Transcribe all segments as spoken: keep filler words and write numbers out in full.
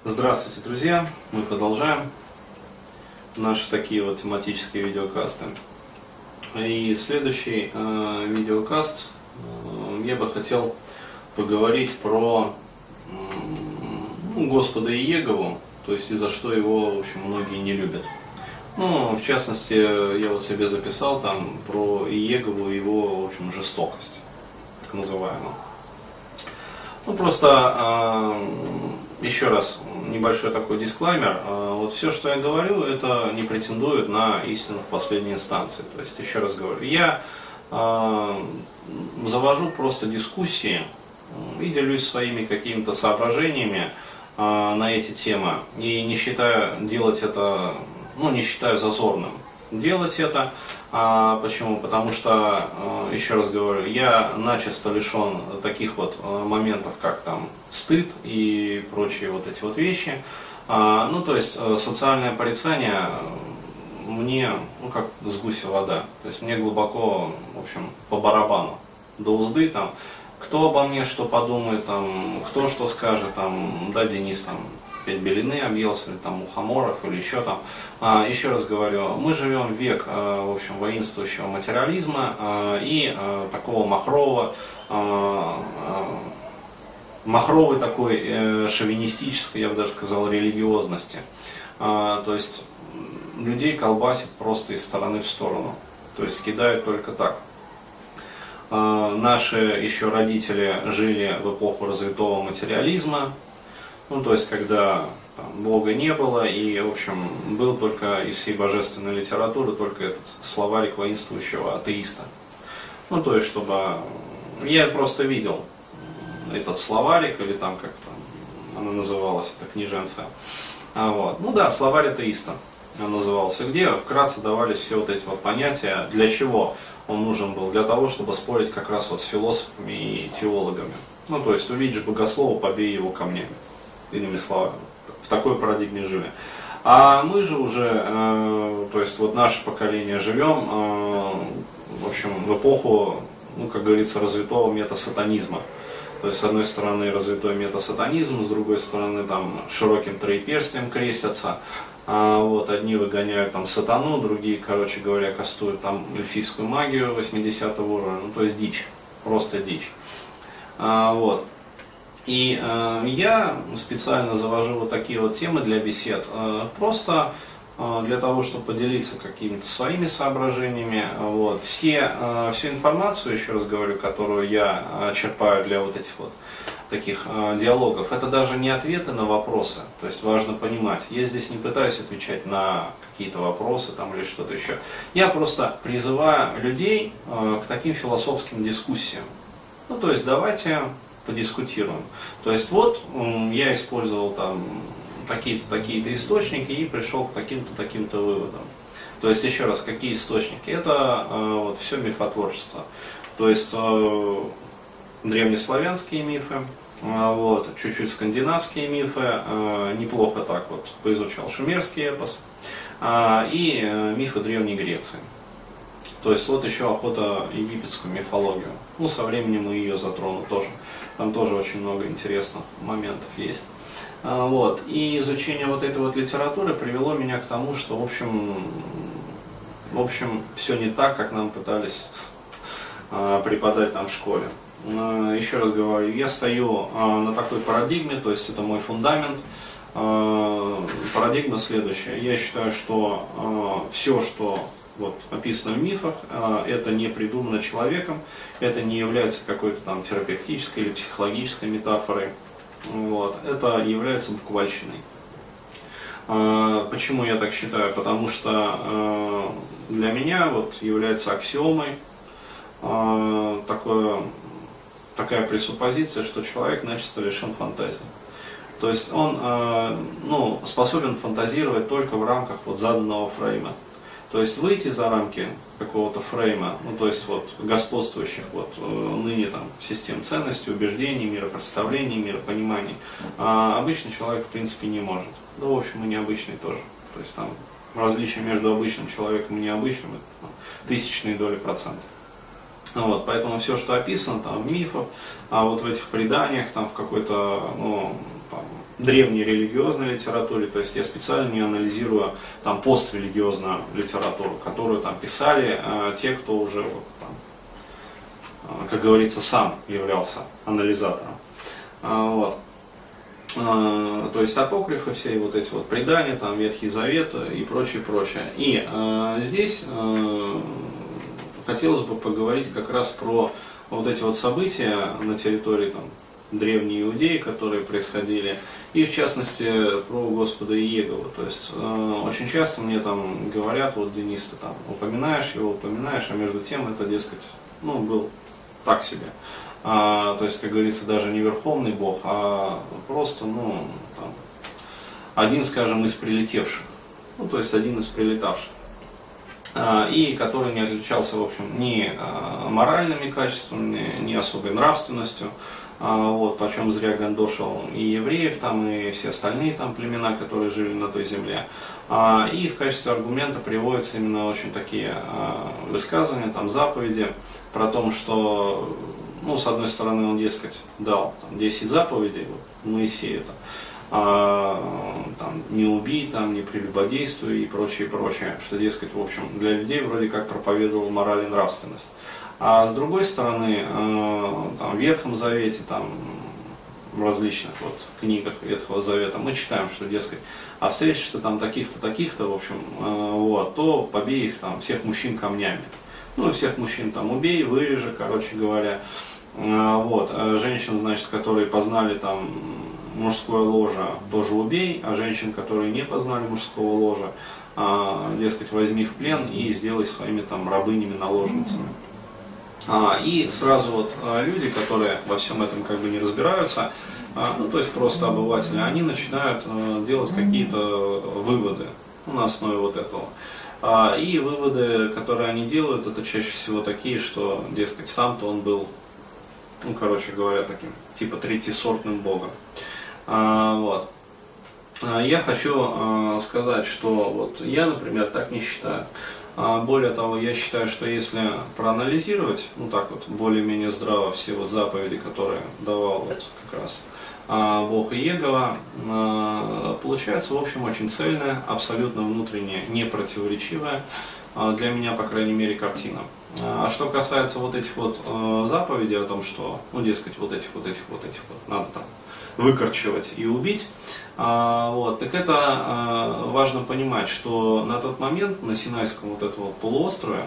Здравствуйте, друзья! Мы продолжаем наши такие вот тематические видеокасты. И следующий э, видеокаст э, я бы хотел поговорить про э, ну, Господа Иегову, то есть и за что его, в общем, многие не любят. Ну, в частности, я вот себе записал там про Иегову и его, в общем, жестокость, так называемую. Ну, просто э, еще раз, небольшой такой дисклаймер. Э, вот все, что я говорю, это не претендует на истину в последней инстанции. То есть, еще раз говорю, я э, завожу просто дискуссии и делюсь своими какими-то соображениями э, на эти темы. И не считаю делать это, ну, не считаю зазорным делать это. А почему? Потому что, еще раз говорю, я начисто лишен таких вот моментов, как там стыд и прочие вот эти вот вещи. Ну, то есть, социальное порицание мне, ну, как с гуся вода. То есть, мне глубоко, в общем, по барабану, до узды там. Кто обо мне что подумает, там, кто что скажет, там, да, Денис там пять белины объелся, или там мухоморов, или еще там. А, еще раз говорю, мы живем в век, а, в общем, воинствующего материализма а, и а, такого махрового, а, а, махровой такой э, шовинистической, я бы даже сказал, религиозности. А, то есть людей колбасит просто из стороны в сторону, то есть кидают только так. А, наши еще родители жили в эпоху развитого материализма. Ну, то есть, когда там Бога не было, и, в общем, был только из всей божественной литературы только этот словарик воинствующего атеиста. Ну, то есть, чтобы... Я просто видел этот словарик, или там, как там она называлась, эта книженция. А, вот. Ну да, словарь атеиста он назывался, где вкратце давались все вот эти вот понятия, для чего он нужен был. Для того, чтобы спорить как раз вот с философами и теологами. Ну, то есть, увидишь богослова, побей его камнями. Иными словами, в такой парадигме жили. А мы же уже, э, то есть вот наше поколение живем, э, в общем, в эпоху, ну, как говорится, развитого метасатанизма. То есть, с одной стороны, развитой метасатанизм, с другой стороны, там, широким троеперстием крестятся. А, вот, одни выгоняют там сатану, другие, короче говоря, кастуют там эльфийскую магию восьмидесятого уровня. Ну, то есть дичь, просто дичь. А, вот. И э, я специально завожу вот такие вот темы для бесед, э, просто э, для того, чтобы поделиться какими-то своими соображениями. Вот. Все, э, всю информацию, еще раз говорю, которую я э, черпаю для вот этих вот таких э, диалогов, это даже не ответы на вопросы. То есть важно понимать, я здесь не пытаюсь отвечать на какие-то вопросы там, или что-то еще. Я просто призываю людей э, к таким философским дискуссиям. Ну, то есть давайте подискутируем. То есть вот я использовал там такие-то, такие-то источники и пришел к таким-то, таким-то выводам. То есть еще раз, какие источники? Это э, вот все мифотворчество. То есть э, древнеславянские мифы, э, вот, чуть-чуть скандинавские мифы, э, неплохо так вот поизучал шумерский эпос э, и э, мифы Древней Греции. То есть вот еще охота египетскую мифологию. Ну, со временем мы ее затрону тоже. Там тоже очень много интересных моментов есть. А, вот. И изучение вот этой вот литературы привело меня к тому, что, в общем, в общем, все не так, как нам пытались а, преподать там в школе. А, еще раз говорю, я стою а, на такой парадигме, то есть это мой фундамент. А, парадигма следующая. Я считаю, что а, все, что вот, описано в мифах, это не придумано человеком, это не является какой-то там терапевтической или психологической метафорой, вот, это является буквальщиной. Почему я так считаю? Потому что для меня вот является аксиомой такое, такая пресуппозиция, что человек начисто лишен фантазии. То есть он ну, способен фантазировать только в рамках вот заданного фрейма. То есть выйти за рамки какого-то фрейма, ну то есть вот господствующих вот ныне там систем ценностей, убеждений, миропредставлений, миропониманий, а обычный человек в принципе не может. Да, в общем, и необычный тоже. То есть там различие между обычным человеком и необычным — это тысячные доли процента. Вот, поэтому все, что описано там в мифах, а вот в этих преданиях, там в какой-то, ну, там, древней религиозной литературе, то есть я специально не анализирую там пострелигиозную литературу, которую там писали э, те, кто уже, вот, там, э, как говорится, сам являлся анализатором. Э, вот. э, то есть апокрифы, все вот эти вот предания, там, Ветхий Завет и прочее, прочее. И э, здесь э, хотелось бы поговорить как раз про вот эти вот события на территории там, древней Иудеи, которые происходили, и в частности про Господа Иегову. То есть э, очень часто мне там говорят, вот Денис, ты там упоминаешь его, упоминаешь, а между тем это, дескать, ну, был так себе. А, то есть, как говорится, даже не верховный Бог, а просто, ну, там, один, скажем, из прилетевших, ну, то есть один из прилетавших. И который не отличался, в общем, ни моральными качествами, ни особой нравственностью. Вот, почем зря гандошил и евреев, там, и все остальные там племена, которые жили на той земле. И в качестве аргумента приводятся именно очень такие высказывания, там, заповеди, про то, что, ну, с одной стороны, он, дескать, дал там, десять заповедей вот, Моисею, там, а, там, не убий, там, не прелюбодействуй и прочее, прочее, что, дескать, в общем, для людей вроде как проповедовал мораль и нравственность. А с другой стороны, э, там, в Ветхом Завете, там, в различных вот, книгах Ветхого Завета мы читаем, что, дескать, а встретишь ты там таких-то, таких-то, в общем, э, вот, то побей их там, всех мужчин камнями. Ну, всех мужчин там убей, вырежи, короче говоря. Э, вот, а женщин, значит, которые познали там мужское ложе, тоже убей, а женщин, которые не познали мужского ложа, э, дескать, возьми в плен и сделай своими там рабынями, наложницами. А, и сразу вот а, люди, которые во всем этом как бы не разбираются, а, ну то есть просто обыватели, они начинают а, делать какие-то выводы на основе вот этого. А, и выводы, которые они делают, это чаще всего такие, что, дескать, сам-то он был, ну короче говоря, таким типа третьесортным богом. А, вот. А, я хочу а, сказать, что вот я, например, так не считаю. Более того, я считаю, что если проанализировать, ну так вот, более-менее здраво все вот заповеди, которые давал вот как раз Бог Иегова, получается, в общем, очень цельная, абсолютно внутренне непротиворечивая, для меня, по крайней мере, картина. А что касается вот этих вот заповедей о том, что, ну, дескать, вот этих, вот этих, вот этих вот надо там выкорчевать и убить, а, вот, так это а, важно понимать, что на тот момент на Синайском вот этом вот полуострове,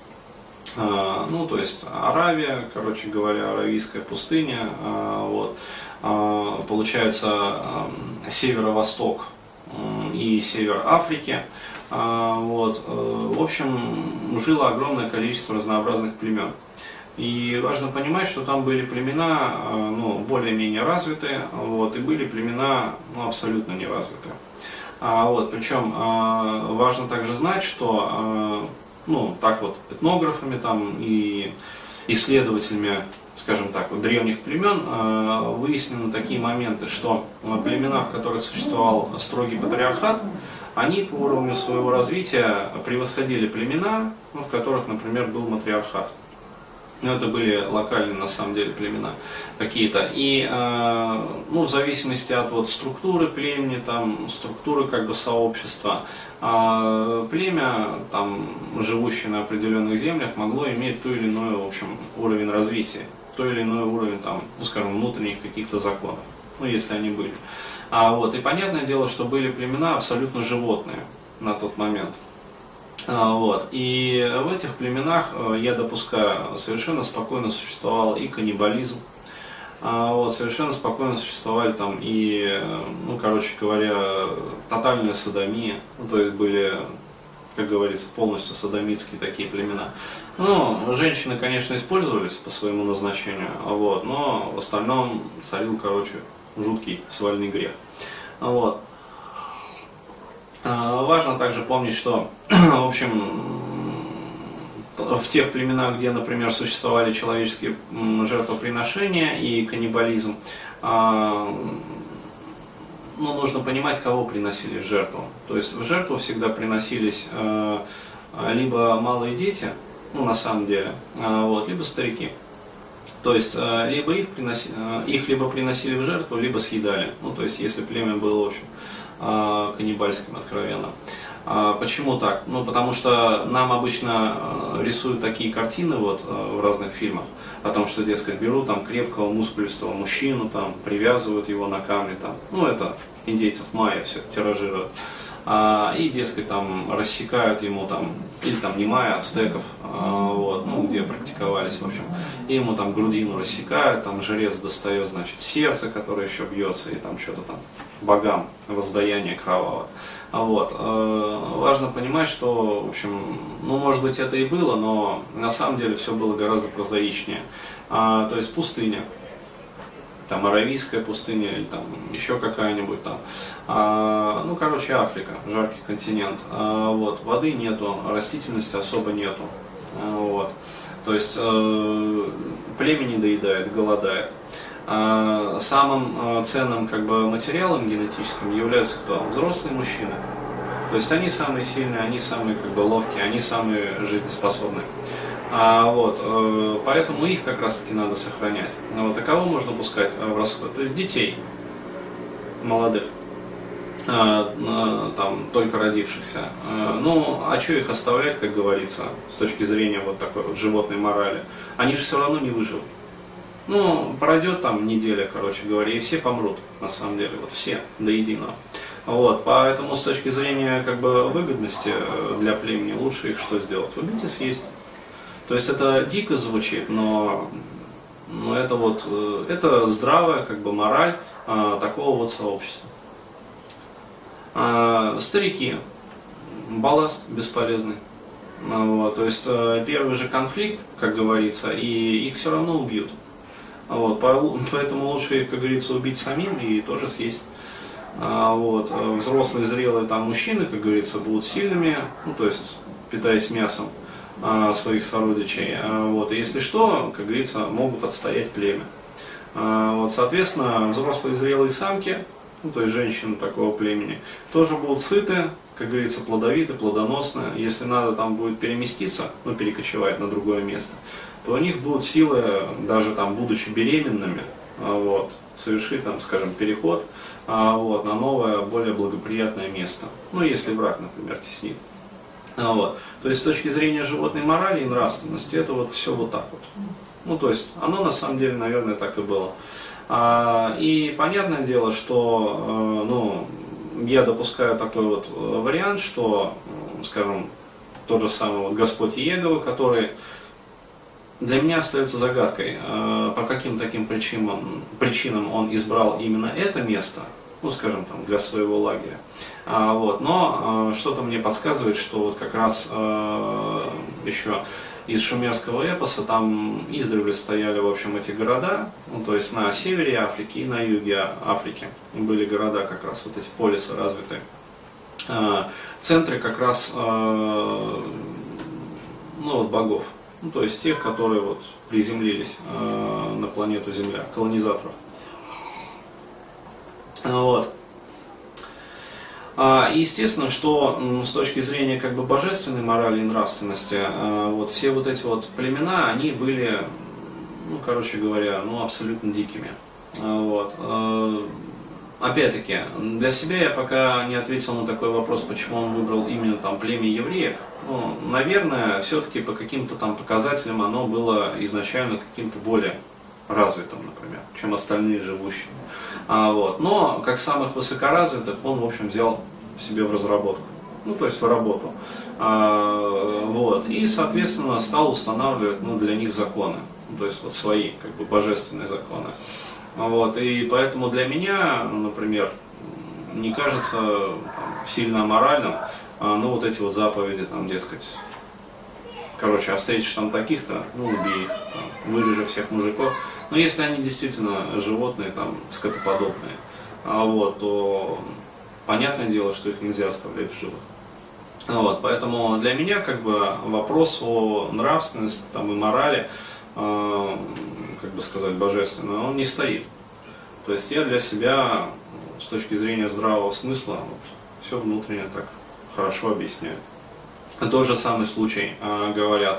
а, ну, то есть Аравия, короче говоря, Аравийская пустыня, а, вот, а, получается а, северо-восток а, и север Африки, а, вот, а, в общем, жило огромное количество разнообразных племен. И важно понимать, что там были племена, ну, более-менее развитые, вот, и были племена, ну, абсолютно неразвитые. А, вот, причем а, важно также знать, что, а, ну, так вот, этнографами там и исследователями, скажем так, вот, древних племен а, выяснены такие моменты, что племена, в которых существовал строгий патриархат, они по уровню своего развития превосходили племена, ну, в которых, например, был матриархат. Ну, это были локальные, на самом деле, племена какие-то. И, э, ну, в зависимости от вот, структуры племени, там, структуры как бы сообщества, э, племя, там, живущее на определенных землях, могло иметь ту или иную, в общем, уровень развития, то или иной уровень, там, ну, скажем, внутренних каких-то законов, ну, если они были. А, вот, и понятное дело, что были племена абсолютно животные на тот момент. Вот. И в этих племенах, я допускаю, совершенно спокойно существовал и каннибализм, вот, совершенно спокойно существовали там и, ну, короче говоря, тотальная содомия, ну, то есть были, как говорится, полностью содомитские такие племена. Ну, женщины, конечно, использовались по своему назначению, вот, но в остальном царил, короче, жуткий свальный грех. Вот. Важно также помнить, что, в общем, в тех племенах, где, например, существовали человеческие жертвоприношения и каннибализм, ну, нужно понимать, кого приносили в жертву. То есть в жертву всегда приносились либо малые дети, ну, на самом деле, вот, либо старики. То есть э, либо их, приноси, э, их либо приносили в жертву, либо съедали. Ну, то есть если племя было, в общем, э, каннибальским откровенно. А почему так? Ну, потому что нам обычно э, рисуют такие картины вот, э, в разных фильмах, о том, что, дескать, берут там крепкого, мускулистого мужчину, там, привязывают его на камни, там, ну, это индейцев майя все тиражируют. А, и, дескать, там рассекают ему там, или там не майя, ацтеков, а, вот, ну, где практиковались, в общем, и ему там грудину рассекают, там жрец достает, значит, сердце, которое еще бьется, и там что-то там богам воздаяние кровавое. А вот, э, важно понимать, что, в общем, ну, может быть, это и было, но на самом деле все было гораздо прозаичнее. А, то есть пустыня. Там Аравийская пустыня или там еще какая-нибудь там, а, ну, короче, Африка, жаркий континент, а, вот, воды нету, растительности особо нету, а, вот, то есть э, племя не доедает, голодает. А, самым э, ценным как бы материалом генетическим являются кто? Взрослые мужчины, то есть они самые сильные, они самые как бы ловкие, они самые жизнеспособные. А, вот, э, поэтому их как раз таки надо сохранять. Вот, а кого можно пускать в расход? То есть детей молодых, э, э, там, только родившихся. Э, ну, а что их оставлять, как говорится, с точки зрения вот такой вот животной морали? Они же все равно не выживут. Ну, пройдет там неделя, короче говоря, и все помрут, на самом деле, вот все, до единого. Вот, поэтому с точки зрения как бы выгодности для племени лучше их что сделать? Убить и съесть. То есть это дико звучит, но, но это вот это здравая как бы мораль а, такого вот сообщества. А, старики, балласт бесполезный. А, вот, то есть а, первый же конфликт, как говорится, и их все равно убьют. А, вот, поэтому лучше их, как говорится, убить самим и тоже съесть. А, вот, взрослые, зрелые там мужчины, как говорится, будут сильными, ну, то есть питаясь мясом своих сородичей, вот, и если что, как говорится, могут отстоять племя. Вот, соответственно, взрослые зрелые самки, ну, то есть женщины такого племени, тоже будут сыты, как говорится, плодовиты, плодоносны. Если надо там будет переместиться, ну, перекочевать на другое место, то у них будут силы, даже там, будучи беременными, вот, совершить, там, скажем, переход вот, на новое, более благоприятное место. Ну, если враг, например, теснит. Вот. То есть с точки зрения животной морали и нравственности это вот все вот так вот. Ну то есть оно на самом деле, наверное, так и было. А, и понятное дело, что э, ну, я допускаю такой вот вариант, что, скажем, тот же самый вот Господь Иегова, который для меня остается загадкой, э, по каким таким причинам, причинам он избрал именно это место, ну, скажем, там, для своего лагеря. А, вот, но э, что-то мне подсказывает, что вот как раз э, еще из шумерского эпоса там издревле стояли, в общем, эти города, ну, то есть на севере Африки и на юге Африки были города, как раз вот эти полисы развитые. Э, центры как раз э, ну, вот богов, ну, то есть тех, которые вот приземлились э, на планету Земля, колонизаторов. Вот. И естественно, что с точки зрения как бы божественной морали и нравственности, вот все вот эти вот племена, они были, ну, короче говоря, ну, абсолютно дикими. Вот. Опять-таки, для себя я пока не ответил на такой вопрос, почему он выбрал именно там племя евреев. Ну, наверное, все-таки по каким-то там показателям оно было изначально каким-то более развитым, например, чем остальные живущие. А, вот. Но как самых высокоразвитых он, в общем, взял себе в разработку, ну, то есть в работу. А, вот. И, соответственно, стал устанавливать, ну, для них законы, то есть вот свои, как бы, божественные законы. Вот. И поэтому для меня, например, не кажется там сильно аморальным, а, ну, вот эти вот заповеди, там, дескать, короче, а встретишь там таких-то, ну, убей их, там, вырежи всех мужиков. Но если они действительно животные, там, скотоподобные, а, вот, то понятное дело, что их нельзя оставлять в живых. Вот, поэтому для меня как бы вопрос о нравственности там, и морали, э, как бы сказать, божественной, он не стоит. То есть я для себя с точки зрения здравого смысла вот, все внутренне так хорошо объясняю. Тот же самый случай, э, говорят,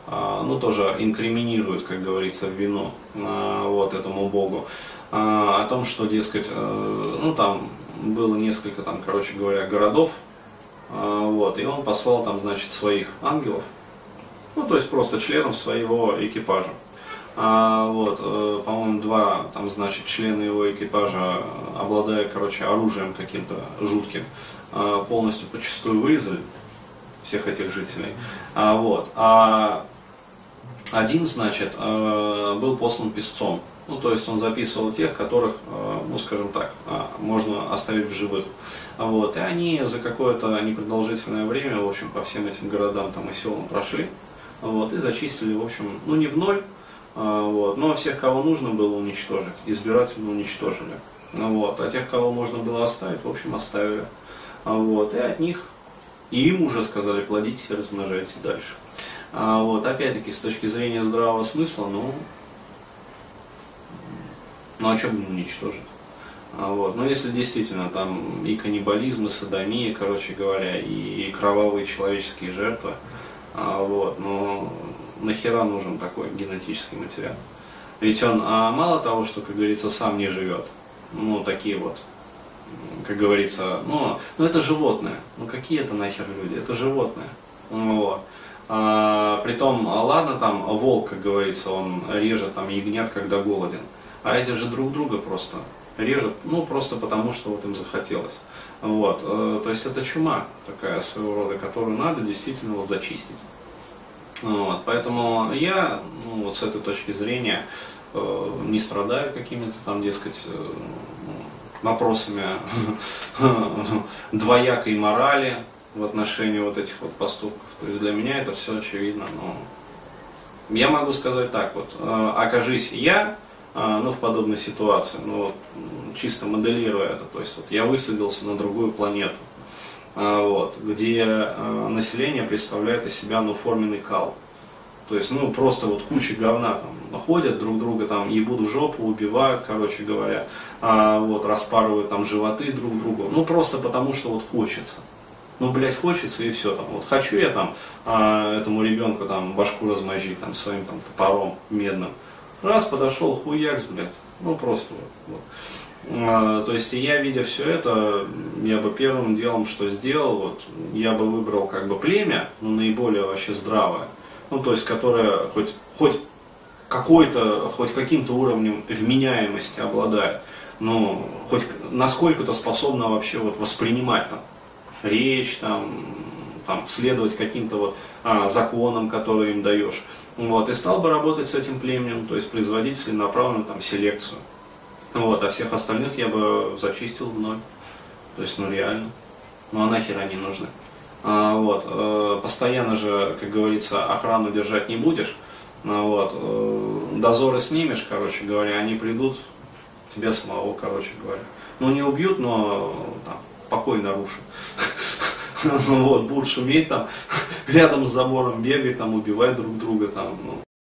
ну, тоже инкриминируют, как говорится, в вину вот этому богу, о том, что, дескать, ну, там было несколько, там, короче говоря, городов, вот, и он послал там, значит, своих ангелов, ну, то есть просто членов своего экипажа. А, вот, э, по-моему, два, там, значит, члена его экипажа, обладая, короче, оружием каким-то жутким, э, полностью почастую вырезали всех этих жителей. А, вот, а один, значит, э, был послан писцом. Ну, то есть он записывал тех, которых, э, ну, скажем так, э, можно оставить в живых. Вот, и они за какое-то непродолжительное время, в общем, по всем этим городам там и селам прошли, вот, и зачистили, в общем, ну, не в ноль, вот, но всех, кого нужно было уничтожить, избирательно уничтожили. Вот, а тех, кого можно было оставить, в общем, оставили. Вот, и от них, и им уже сказали, плодитесь и размножайтесь дальше. Вот, опять-таки, с точки зрения здравого смысла, ну, ну а что бы уничтожить? Вот, но если действительно там и каннибализм, и содомия, короче говоря, и кровавые человеческие жертвы, вот, но нахера нужен такой генетический материал? Ведь он а мало того, что, как говорится, сам не живет, ну, такие вот, как говорится, ну, ну это животные, ну какие это нахер люди, это животные, вот. А, притом, ладно, там, волк, как говорится, он режет там ягнят, когда голоден, а эти же друг друга просто режут, ну, просто потому, что вот им захотелось. Вот, то есть это чума такая своего рода, которую надо действительно вот зачистить. Вот, поэтому я, ну, вот с этой точки зрения э, не страдаю какими-то там, дескать, э, вопросами двоякой морали в отношении вот этих вот поступков. То есть для меня это все очевидно. Но я могу сказать так вот, э, окажись я, э, ну, в подобной ситуации, ну, вот, чисто моделируя это, то есть вот я высадился на другую планету, вот, где э, население представляет из себя, ну, форменный кал. То есть, ну, просто вот куча говна там ходят, друг друга там ебут в жопу, убивают, короче говоря, а, вот, распарывают там животы друг другу, ну, просто потому что вот хочется. Ну, блядь, хочется и все там. Вот хочу я там а, этому ребенку там башку размозжить там своим там топором медным. Раз, подошел, хуякс, блядь. Ну, просто вот. вот. А, то есть я, видя все это, я бы первым делом, что сделал, вот, я бы выбрал как бы племя, ну, наиболее вообще здравое, ну, то есть которое хоть, хоть какой-то, хоть каким-то уровнем вменяемости обладает, ну, хоть насколько-то способно вообще вот воспринимать там речь, там, там следовать каким-то вот а, законам, которые им даешь. Вот, и стал бы работать с этим племенем, то есть производить целенаправленную там селекцию. Вот, а всех остальных я бы зачистил в ноль. То есть, ну реально. Ну а нахер они нужны? А, вот, э, постоянно же, как говорится, охрану держать не будешь. А, вот, э, дозоры снимешь, короче говоря, они придут, тебя самого, короче говоря. Ну не убьют, но там, покой нарушат. Вот, будут шуметь там, рядом с забором бегать, там, убивать друг друга, там, ну.